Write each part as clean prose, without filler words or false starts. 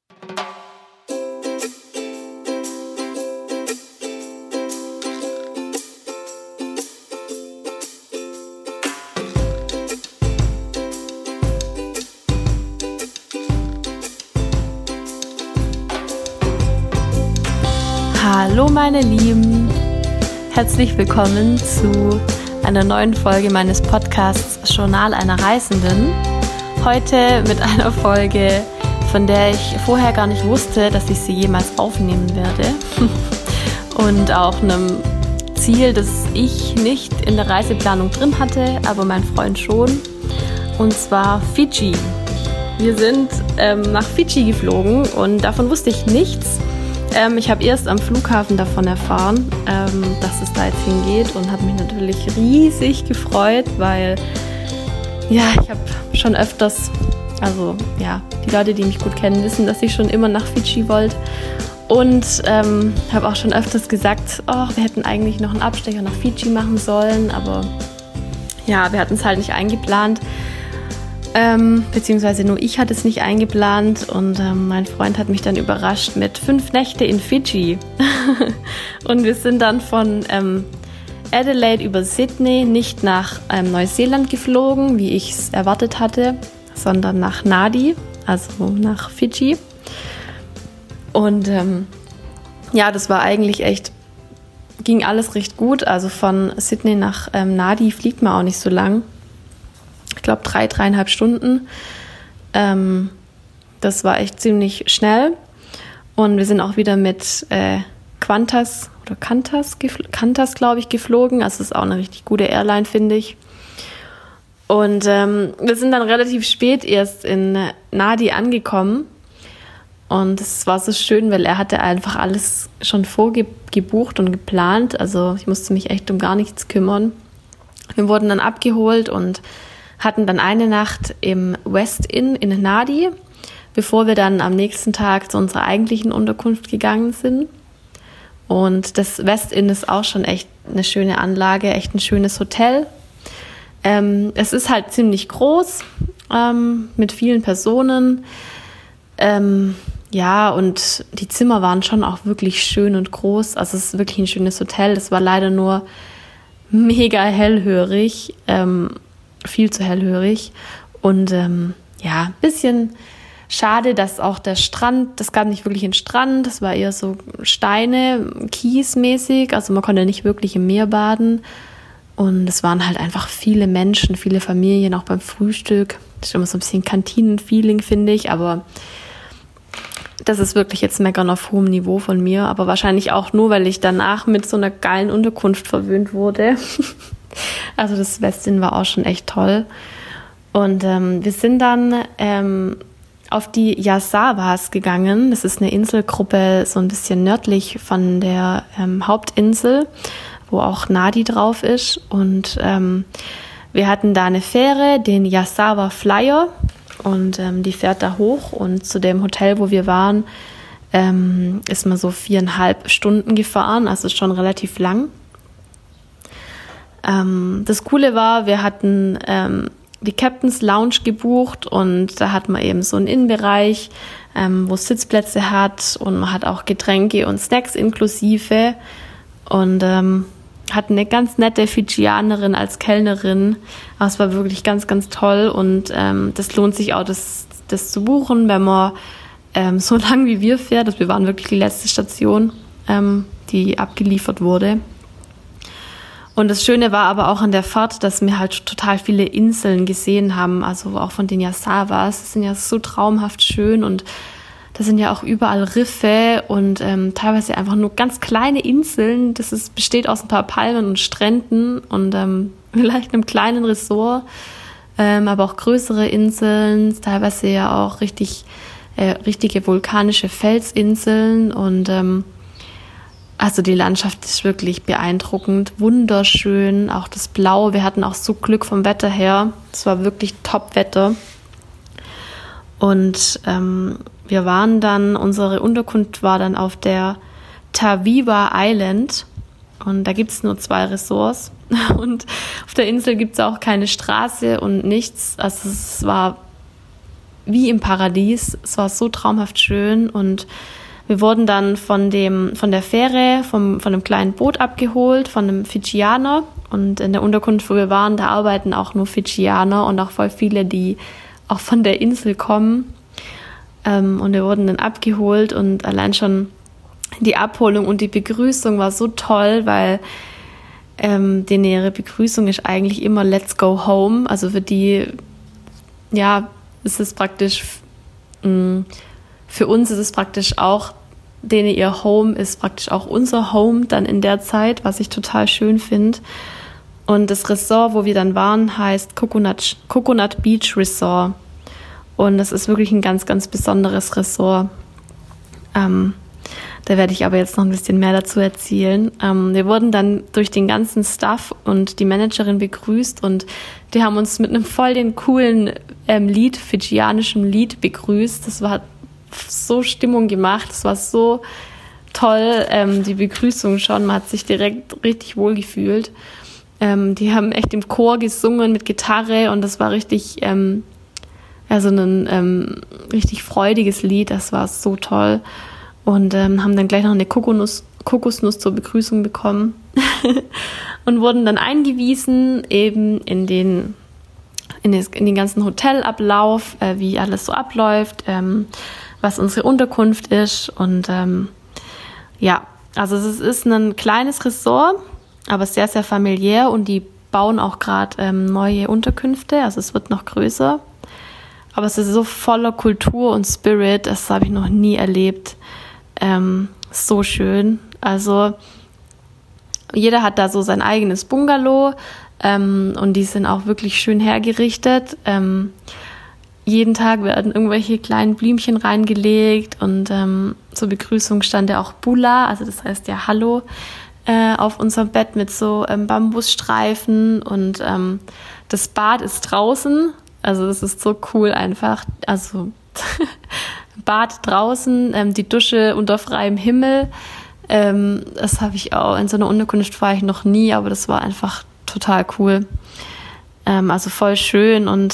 Hallo meine Lieben, herzlich willkommen zu einer neuen Folge meines Podcasts Journal einer Reisenden. Heute mit einer Folge, von der ich vorher gar nicht wusste, dass ich sie jemals aufnehmen werde und auch einem Ziel, das ich nicht in der Reiseplanung drin hatte, aber mein Freund schon, und zwar Fidschi. Wir sind nach Fidschi geflogen und davon wusste ich nichts. Ich habe erst am Flughafen davon erfahren, dass es da jetzt hingeht und habe mich natürlich riesig gefreut, weil ja, ich habe schon öfters, also ja, die Leute, die mich gut kennen, wissen, dass ich schon immer nach Fidschi wollte und habe auch schon öfters gesagt, wir hätten eigentlich noch einen Abstecher nach Fidschi machen sollen, aber ja, wir hatten es halt nicht eingeplant. Beziehungsweise nur ich hatte es nicht eingeplant und mein Freund hat mich dann überrascht mit 5 Nächte in Fidschi. Und wir sind dann von Adelaide über Sydney nicht nach Neuseeland geflogen, wie ich es erwartet hatte, sondern nach Nadi, also nach Fidschi. Und ja, das war eigentlich echt, ging alles recht gut. Also von Sydney nach Nadi fliegt man auch nicht so lang. Ich glaube 3,5 Stunden. Das war echt ziemlich schnell. Und wir sind auch wieder mit Qantas, glaube ich, geflogen. Also das ist auch eine richtig gute Airline, finde ich. Und wir sind dann relativ spät erst in Nadi angekommen. Und es war so schön, weil er hatte einfach alles schon vorgebucht und geplant. Also ich musste mich echt um gar nichts kümmern. Wir wurden dann abgeholt und hatten dann eine Nacht im West Inn in Nadi, bevor wir dann am nächsten Tag zu unserer eigentlichen Unterkunft gegangen sind. Und das West Inn ist auch schon echt eine schöne Anlage, echt ein schönes Hotel. Es ist halt ziemlich groß, mit vielen Personen. Ja, und die Zimmer waren schon auch wirklich schön und groß. Also es ist wirklich ein schönes Hotel. Es war leider nur mega hellhörig, viel zu hellhörig und ja, ein bisschen schade, dass auch der Strand, das gab nicht wirklich einen Strand, das war eher so Steine, kiesmäßig, also man konnte nicht wirklich im Meer baden und es waren halt einfach viele Menschen, viele Familien, auch beim Frühstück. Das ist immer so ein bisschen Kantinen-Feeling, finde ich, aber das ist wirklich jetzt Meckern auf hohem Niveau von mir, aber wahrscheinlich auch nur, weil ich danach mit so einer geilen Unterkunft verwöhnt wurde. Also das West Inn war auch schon echt toll. Und wir sind dann auf die Yazawas gegangen. Das ist eine Inselgruppe so ein bisschen nördlich von der Hauptinsel, wo auch Nadi drauf ist. Und wir hatten da eine Fähre, den Yazawa Flyer. Und die fährt da hoch. Und zu dem Hotel, wo wir waren, ist man so 4,5 Stunden gefahren. Also schon relativ lang. Das Coole war, wir hatten die Captain's Lounge gebucht und da hat man eben so einen Innenbereich, wo es Sitzplätze hat und man hat auch Getränke und Snacks inklusive und hat eine ganz nette Fidschianerin als Kellnerin. Aber es war wirklich ganz, ganz toll und das lohnt sich auch, das zu buchen, wenn man so lang wie wir fährt. Also wir waren wirklich die letzte Station, die abgeliefert wurde. Und das Schöne war aber auch an der Fahrt, dass wir halt total viele Inseln gesehen haben, also auch von den Yazawas. Das sind ja so traumhaft schön und da sind ja auch überall Riffe und teilweise einfach nur ganz kleine Inseln. Besteht aus ein paar Palmen und Stränden und vielleicht einem kleinen Resort, aber auch größere Inseln, teilweise ja auch richtige vulkanische Felsinseln und also die Landschaft ist wirklich beeindruckend, wunderschön, auch das Blau. Wir hatten auch so Glück vom Wetter her. Es war wirklich Top-Wetter. Und unsere Unterkunft war dann auf der Tawiwa Island. Und da gibt es nur 2 Ressorts. Und auf der Insel gibt es auch keine Straße und nichts. Also es war wie im Paradies. Es war so traumhaft schön und wir wurden dann von der Fähre, von einem kleinen Boot abgeholt, von einem Fidschianer. Und in der Unterkunft, wo wir waren, da arbeiten auch nur Fidschianer und auch voll viele, die auch von der Insel kommen. Und wir wurden dann abgeholt und allein schon die Abholung und die Begrüßung war so toll, weil denen ihre Begrüßung ist eigentlich immer Let's go home. Also für die, ja, ist es praktisch, für uns ist es praktisch auch, denen ihr Home ist praktisch auch unser Home dann in der Zeit, was ich total schön finde. Und das Resort, wo wir dann waren, heißt Coconut Beach Resort. Und das ist wirklich ein ganz, ganz besonderes Resort. Da werde ich aber jetzt noch ein bisschen mehr dazu erzählen. Wir wurden dann durch den ganzen Staff und die Managerin begrüßt und die haben uns mit einem voll den coolen Lied, fidschianischem Lied begrüßt. Das hat so Stimmung gemacht, das war so toll, die Begrüßung schon, man hat sich direkt richtig wohl gefühlt. Die haben echt im Chor gesungen mit Gitarre und das war richtig, so ein richtig freudiges Lied, das war so toll. Und haben dann gleich noch eine Kokosnuss zur Begrüßung bekommen und wurden dann eingewiesen eben in den ganzen Hotelablauf, wie alles so abläuft, was unsere Unterkunft ist. Und also es ist ein kleines Resort, aber sehr, sehr familiär und die bauen auch gerade neue Unterkünfte, also es wird noch größer. Aber es ist so voller Kultur und Spirit, das habe ich noch nie erlebt. So schön. Also jeder hat da so sein eigenes Bungalow und die sind auch wirklich schön hergerichtet. Jeden Tag werden irgendwelche kleinen Blümchen reingelegt und zur Begrüßung stand ja auch Bula, also das heißt ja Hallo, auf unserem Bett mit so Bambusstreifen und das Bad ist draußen, also das ist so cool einfach, also Bad draußen, die Dusche unter freiem Himmel, das habe ich auch, in so einer Unterkunft war ich noch nie, aber das war einfach total cool, also voll schön und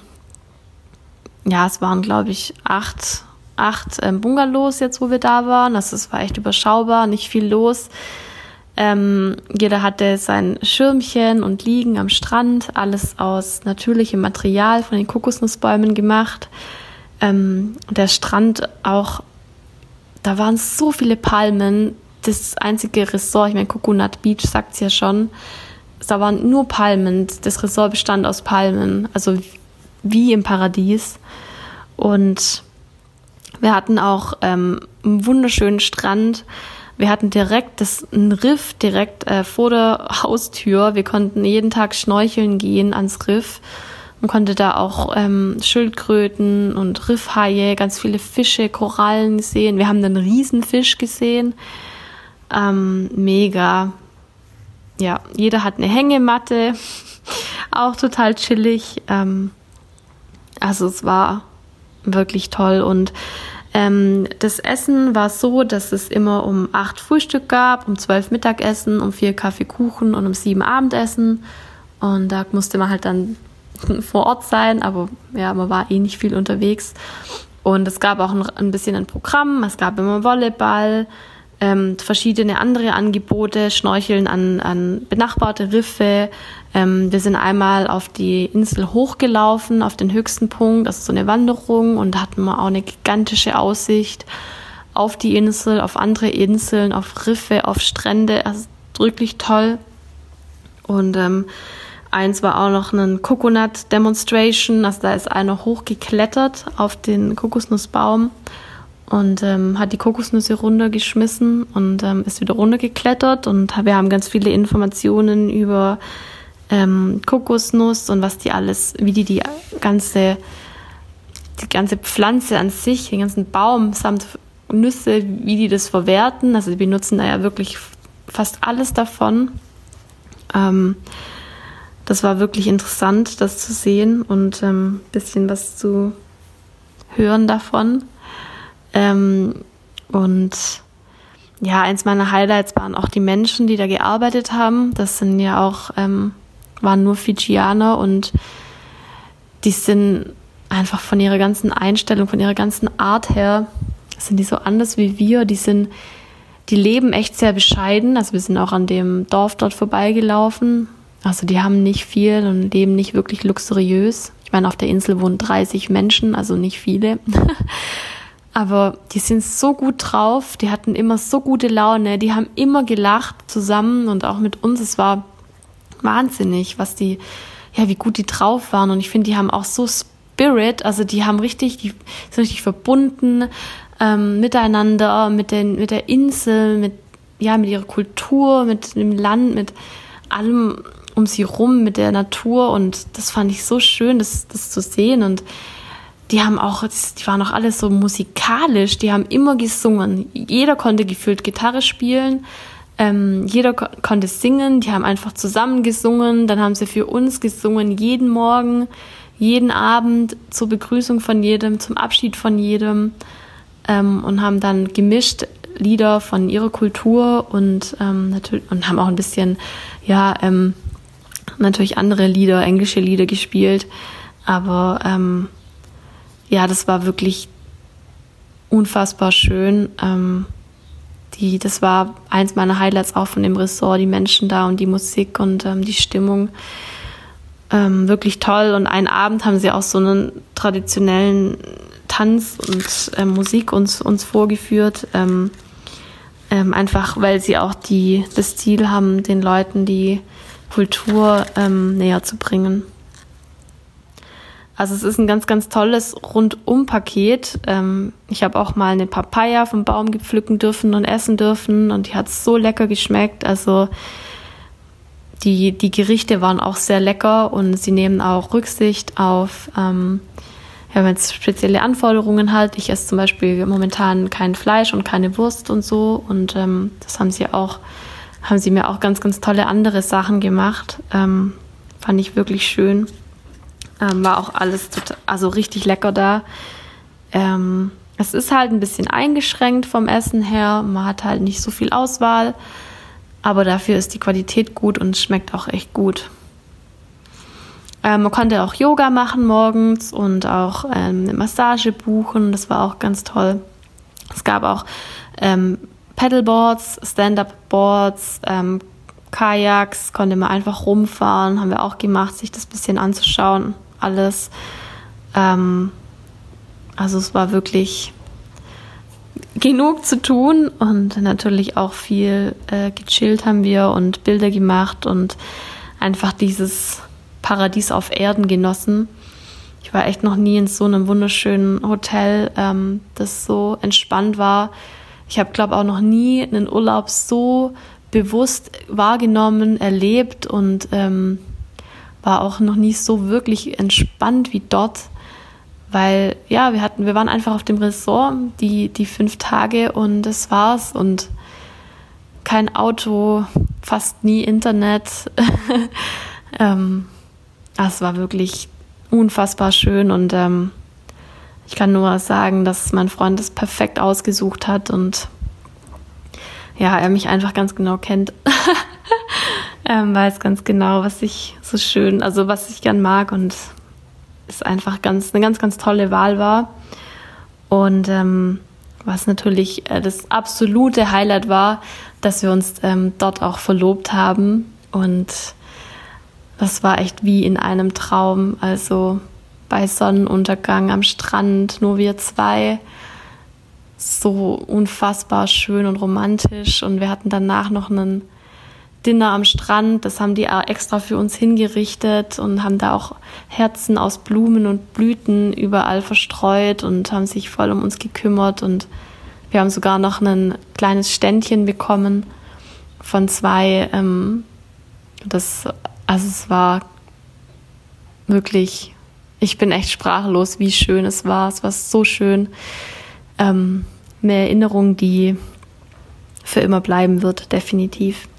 es waren, glaube ich, acht Bungalows jetzt, wo wir da waren. Also es war echt überschaubar, nicht viel los. Jeder hatte sein Schirmchen und Liegen am Strand, alles aus natürlichem Material von den Kokosnussbäumen gemacht. Der Strand auch, da waren so viele Palmen. Das einzige Resort, ich meine, Coconut Beach sagt es ja schon, da waren nur Palmen. Das Resort bestand aus Palmen, also wie im Paradies. Und wir hatten auch einen wunderschönen Strand. Wir hatten einen Riff direkt vor der Haustür. Wir konnten jeden Tag schnorcheln gehen ans Riff und konnte da auch Schildkröten und Riffhaie, ganz viele Fische, Korallen sehen. Wir haben einen Riesenfisch gesehen. Mega. Ja, jeder hat eine Hängematte. Auch total chillig. Also es war wirklich toll und das Essen war so, dass es immer um 8 Frühstück gab, um 12 Mittagessen, um 4 Kaffeekuchen und um 7 Abendessen und da musste man halt dann vor Ort sein, aber ja, man war eh nicht viel unterwegs und es gab auch ein bisschen ein Programm, es gab immer Volleyball, verschiedene andere Angebote, Schnorcheln an benachbarte Riffe. Wir sind einmal auf die Insel hochgelaufen, auf den höchsten Punkt, also so eine Wanderung und da hatten wir auch eine gigantische Aussicht auf die Insel, auf andere Inseln, auf Riffe, auf Strände, also wirklich toll. Und eins war auch noch eine Coconut Demonstration, also da ist einer hochgeklettert auf den Kokosnussbaum und hat die Kokosnüsse runtergeschmissen und ist wieder runtergeklettert und wir haben ganz viele Informationen über Kokosnuss und was die alles, wie die ganze Pflanze an sich, den ganzen Baum samt Nüsse, wie die das verwerten. Also die benutzen da ja wirklich fast alles davon. Das war wirklich interessant, das zu sehen und ein bisschen was zu hören davon. Und ja, eins meiner Highlights waren auch die Menschen, die da gearbeitet haben. Das sind ja auch, waren nur Fidschianer und die sind einfach von ihrer ganzen Einstellung, von ihrer ganzen Art her, sind die so anders wie wir. Die leben echt sehr bescheiden. Also wir sind auch an dem Dorf dort vorbeigelaufen. Also die haben nicht viel und leben nicht wirklich luxuriös. Ich meine, auf der Insel wohnen 30 Menschen, also nicht viele. Aber die sind so gut drauf, die hatten immer so gute Laune, die haben immer gelacht zusammen und auch mit uns. Es war wahnsinnig, wie gut die drauf waren. Und ich finde, die haben auch so Spirit, also die sind richtig verbunden miteinander, mit der Insel, mit ihrer Kultur, mit dem Land, mit allem um sie rum, mit der Natur. Und das fand ich so schön, das zu sehen. Und die waren auch alle so musikalisch, die haben immer gesungen. Jeder konnte gefühlt Gitarre spielen, jeder konnte singen, die haben einfach zusammen gesungen. Dann haben sie für uns gesungen, jeden Morgen, jeden Abend, zur Begrüßung von jedem, zum Abschied von jedem, und haben dann gemischt Lieder von ihrer Kultur und natürlich und haben auch ein bisschen, natürlich andere Lieder, englische Lieder gespielt. Aber das war wirklich unfassbar schön. Das war eins meiner Highlights auch von dem Resort, die Menschen da und die Musik und die Stimmung. Wirklich toll. Und einen Abend haben sie auch so einen traditionellen Tanz und Musik uns vorgeführt. Einfach, weil sie auch das Ziel haben, den Leuten die Kultur näher zu bringen. Also es ist ein ganz, ganz tolles Rundum-Paket. Ich habe auch mal eine Papaya vom Baum pflücken dürfen und essen dürfen und die hat so lecker geschmeckt. Also die Gerichte waren auch sehr lecker und sie nehmen auch Rücksicht auf, wenn es spezielle Anforderungen hat. Ich esse zum Beispiel momentan kein Fleisch und keine Wurst und so und das haben sie mir auch ganz, ganz tolle andere Sachen gemacht. Fand ich wirklich schön. War auch alles richtig lecker da. Es ist halt ein bisschen eingeschränkt vom Essen her. Man hat halt nicht so viel Auswahl. Aber dafür ist die Qualität gut und es schmeckt auch echt gut. Man konnte auch Yoga machen morgens und auch eine Massage buchen. Das war auch ganz toll. Es gab auch Paddleboards, Stand-Up-Boards, Kajaks, konnte man einfach rumfahren. Haben wir auch gemacht, sich das ein bisschen anzuschauen. Alles. Also es war wirklich genug zu tun und natürlich auch viel gechillt haben wir und Bilder gemacht und einfach dieses Paradies auf Erden genossen. Ich war echt noch nie in so einem wunderschönen Hotel, das so entspannt war. Ich habe, glaube ich, auch noch nie einen Urlaub so bewusst wahrgenommen, erlebt und war auch noch nie so wirklich entspannt wie dort, weil wir waren einfach auf dem Resort die 5 Tage und das war's und kein Auto, fast nie Internet. Es war wirklich unfassbar schön und ich kann nur sagen, dass mein Freund das perfekt ausgesucht hat und er mich einfach ganz genau kennt. Weiß ganz genau, was ich gern mag und es einfach eine ganz, ganz tolle Wahl war. Und was natürlich das absolute Highlight war, dass wir uns dort auch verlobt haben und das war echt wie in einem Traum, also bei Sonnenuntergang am Strand, nur wir zwei, so unfassbar schön und romantisch und wir hatten danach noch einen Dinner am Strand, das haben die extra für uns hingerichtet und haben da auch Herzen aus Blumen und Blüten überall verstreut und haben sich voll um uns gekümmert und wir haben sogar noch ein kleines Ständchen bekommen von 2. Es war wirklich, ich bin echt sprachlos, wie schön es war. Es war so schön. Eine Erinnerung, die für immer bleiben wird, definitiv.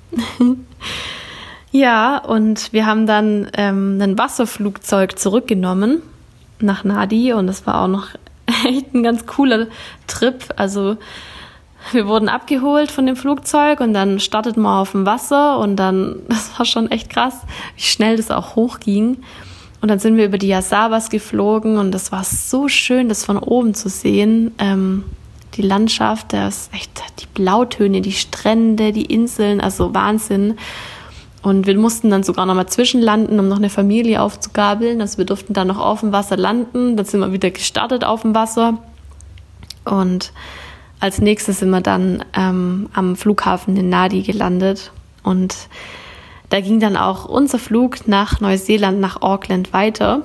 Ja, und wir haben dann ein Wasserflugzeug zurückgenommen nach Nadi und das war auch noch echt ein ganz cooler Trip. Also wir wurden abgeholt von dem Flugzeug und dann starteten wir auf dem Wasser und dann, das war schon echt krass, wie schnell das auch hochging. Und dann sind wir über die Yasawas geflogen und das war so schön, das von oben zu sehen. Die Landschaft, da ist echt die Blautöne, die Strände, die Inseln, also Wahnsinn. Und wir mussten dann sogar nochmal zwischenlanden, um noch eine Familie aufzugabeln. Also wir durften dann noch auf dem Wasser landen. Dann sind wir wieder gestartet auf dem Wasser. Und als nächstes sind wir dann am Flughafen in Nadi gelandet. Und da ging dann auch unser Flug nach Neuseeland, nach Auckland weiter.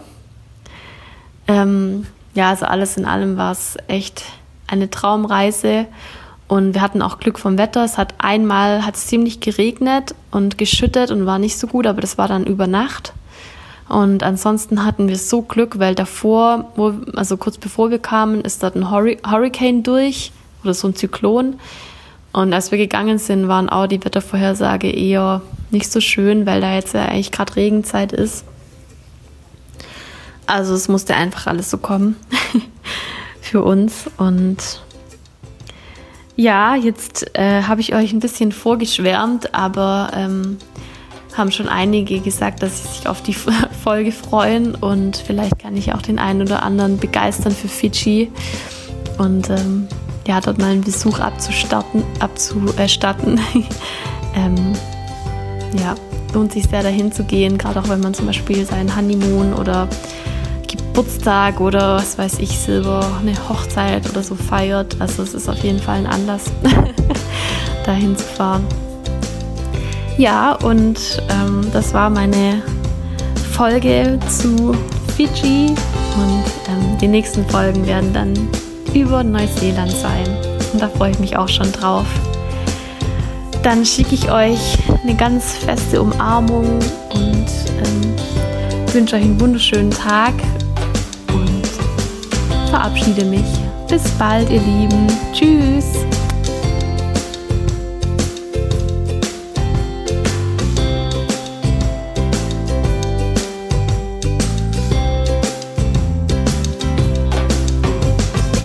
Also alles in allem war es echt eine Traumreise. Und wir hatten auch Glück vom Wetter. Einmal hat es ziemlich geregnet und geschüttet und war nicht so gut, aber das war dann über Nacht. Und ansonsten hatten wir so Glück, weil davor, kurz bevor wir kamen, ist dort ein Hurricane durch oder so ein Zyklon. Und als wir gegangen sind, waren auch die Wettervorhersage eher nicht so schön, weil da jetzt ja eigentlich gerade Regenzeit ist. Also es musste einfach alles so kommen für uns. Und ja, jetzt habe ich euch ein bisschen vorgeschwärmt, aber haben schon einige gesagt, dass sie sich auf die Folge freuen und vielleicht kann ich auch den einen oder anderen begeistern für Fidschi und dort mal einen Besuch abzustatten. Lohnt sich sehr dahin zu gehen, gerade auch wenn man zum Beispiel seinen Honeymoon oder Geburtstag oder was weiß ich, eine Hochzeit oder so feiert. Also es ist auf jeden Fall ein Anlass, dahin zu fahren. Ja, und das war meine Folge zu Fidschi und die nächsten Folgen werden dann über Neuseeland sein. Und da freue ich mich auch schon drauf. Dann schicke ich euch eine ganz feste Umarmung und wünsche euch einen wunderschönen Tag und verabschiede mich. Bis bald, ihr Lieben. Tschüss.